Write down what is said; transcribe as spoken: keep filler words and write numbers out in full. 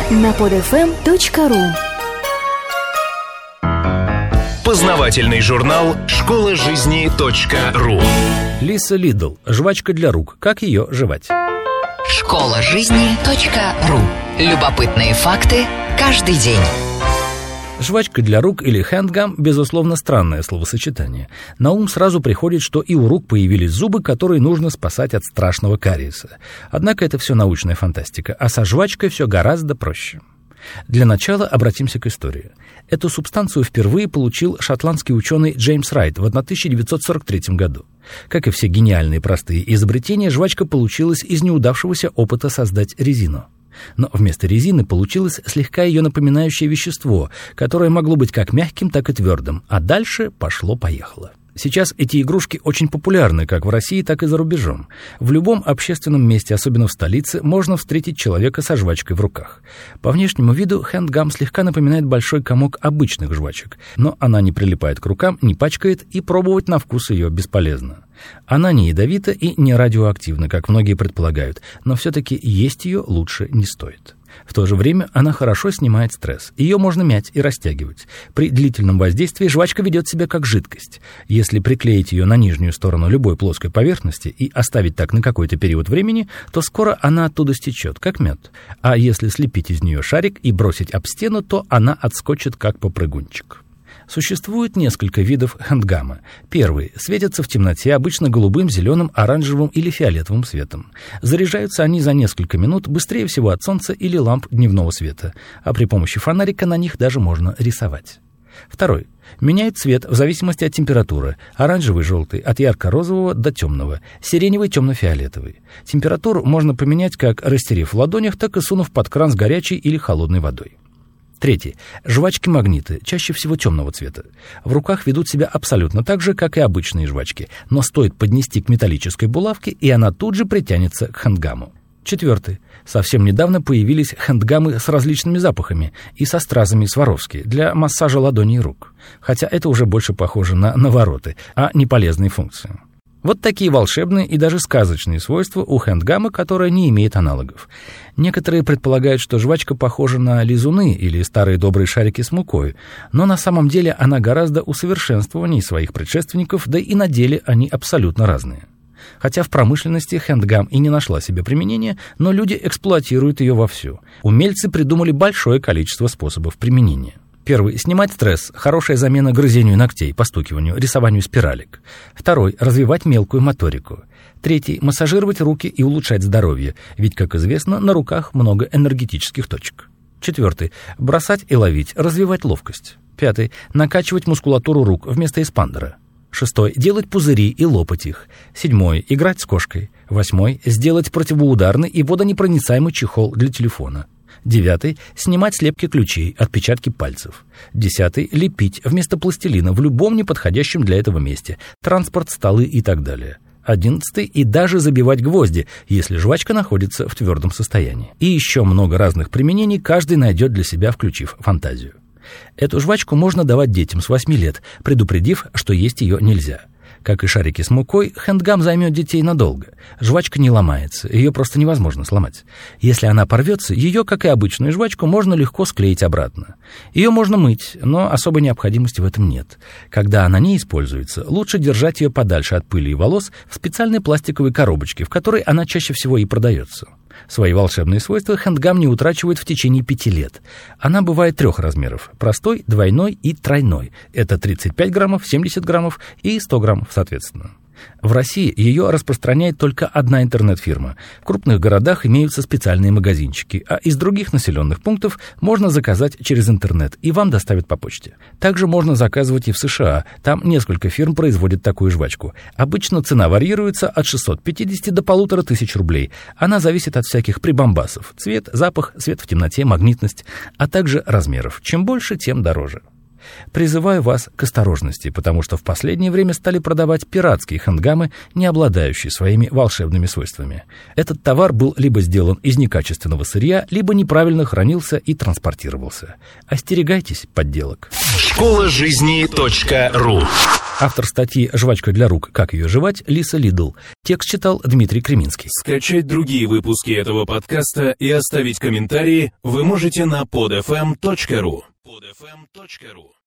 на под эф эм точка ру. Познавательный журнал школа жизни точка ру. Лиса Лидл. Жвачка для рук. Как ее жевать? школа жизни точка ру. Любопытные факты каждый день. Жвачка для рук или хэндгам – безусловно, странное словосочетание. На ум сразу приходит, что и у рук появились зубы, которые нужно спасать от страшного кариеса. Однако это все научная фантастика, а со жвачкой все гораздо проще. Для начала обратимся к истории. Эту субстанцию впервые получил шотландский ученый Джеймс Райт в тысяча девятьсот сорок третьем году. Как и все гениальные простые изобретения, жвачка получилась из неудавшегося опыта создать резину. Но вместо резины получилось слегка ее напоминающее вещество, которое могло быть как мягким, так и твердым, а дальше пошло-поехало. Сейчас эти игрушки очень популярны как в России, так и за рубежом. В любом общественном месте, особенно в столице, можно встретить человека со жвачкой в руках. По внешнему виду хэндгам слегка напоминает большой комок обычных жвачек, но она не прилипает к рукам, не пачкает, и пробовать на вкус ее бесполезно. Она не ядовита и не радиоактивна, как многие предполагают, но все-таки есть ее лучше не стоит. В то же время она хорошо снимает стресс. Ее можно мять и растягивать. При длительном воздействии жвачка ведет себя как жидкость. Если приклеить ее на нижнюю сторону любой плоской поверхности и оставить так на какой-то период времени, то скоро она оттуда стечет, как мед. А если слепить из нее шарик и бросить об стену, то она отскочит, как попрыгунчик. Существует несколько видов хэндгама. Первый светятся в темноте обычно голубым, зеленым, оранжевым или фиолетовым светом. Заряжаются они за несколько минут, быстрее всего от солнца или ламп дневного света, а при помощи фонарика на них даже можно рисовать. Второй меняет цвет в зависимости от температуры. Оранжевый, желтый, от ярко-розового до темного, сиреневый, темно-фиолетовый. Температуру можно поменять как растерев в ладонях, так и сунув под кран с горячей или холодной водой. Третий. Жвачки-магниты, чаще всего темного цвета. В руках ведут себя абсолютно так же, как и обычные жвачки, но стоит поднести к металлической булавке, и она тут же притянется к хэндгаму. Четвертый. Совсем недавно появились хэндгамы с различными запахами и со стразами Сваровски для массажа ладоней и рук. Хотя это уже больше похоже на навороты, а не полезные функции. Вот такие волшебные и даже сказочные свойства у хэндгама, которая не имеет аналогов. Некоторые предполагают, что жвачка похожа на лизуны или старые добрые шарики с мукой, но на самом деле она гораздо усовершенствованнее своих предшественников, да и на деле они абсолютно разные. Хотя в промышленности хэндгам и не нашла себе применения, но люди эксплуатируют ее вовсю. Умельцы придумали большое количество способов применения. Первый. Снимать стресс. Хорошая замена грызению ногтей, постукиванию, рисованию спиралек. Второй. Развивать мелкую моторику. Третий. Массажировать руки и улучшать здоровье, ведь, как известно, на руках много энергетических точек. Четвертый. Бросать и ловить, развивать ловкость. Пятый. Накачивать мускулатуру рук вместо эспандера. Шестой. Делать пузыри и лопать их. Седьмой. Играть с кошкой. Восьмой. Сделать противоударный и водонепроницаемый чехол для телефона. Девятый. Снимать слепки ключей, отпечатки пальцев. Десятый. Лепить вместо пластилина в любом неподходящем для этого месте. Транспорт, столы и так далее. Одиннадцатый. И даже забивать гвозди, если жвачка находится в твердом состоянии. И еще много разных применений каждый найдет для себя, включив фантазию. Эту жвачку можно давать детям с восьми лет, предупредив, что есть ее нельзя. Как и шарики с мукой, хэндгам займет детей надолго. Жвачка не ломается, ее просто невозможно сломать. Если она порвется, ее, как и обычную жвачку, можно легко склеить обратно. Ее можно мыть, но особой необходимости в этом нет. Когда она не используется, лучше держать ее подальше от пыли и волос в специальной пластиковой коробочке, в которой она чаще всего и продается. Свои волшебные свойства хэндгам не утрачивает в течение пяти лет. Она бывает трех размеров – простой, двойной и тройной. Это тридцать пять граммов, семьдесят граммов и сто граммов соответственно. В России ее распространяет только одна интернет-фирма. В крупных городах имеются специальные магазинчики, а из других населенных пунктов можно заказать через интернет, и вам доставят по почте. Также можно заказывать и в США. Там несколько фирм производят такую жвачку. Обычно цена варьируется от шестисот пятидесяти до полутора тысяч рублей. Она зависит от всяких прибамбасов: цвет, запах, свет в темноте, магнитность, а также размеров. Чем больше, тем дороже. Призываю вас к осторожности, потому что в последнее время стали продавать пиратские хэндгамы, не обладающие своими волшебными свойствами. Этот товар был либо сделан из некачественного сырья, либо неправильно хранился и транспортировался. Остерегайтесь подделок. школа жизни точка ру. Автор статьи «Жвачка для рук. Как ее жевать» Лиса Лидл. Текст читал Дмитрий Креминский. Скачать другие выпуски этого подкаста и оставить комментарии вы можете на под эф эм точка ру. под эф эм точка ру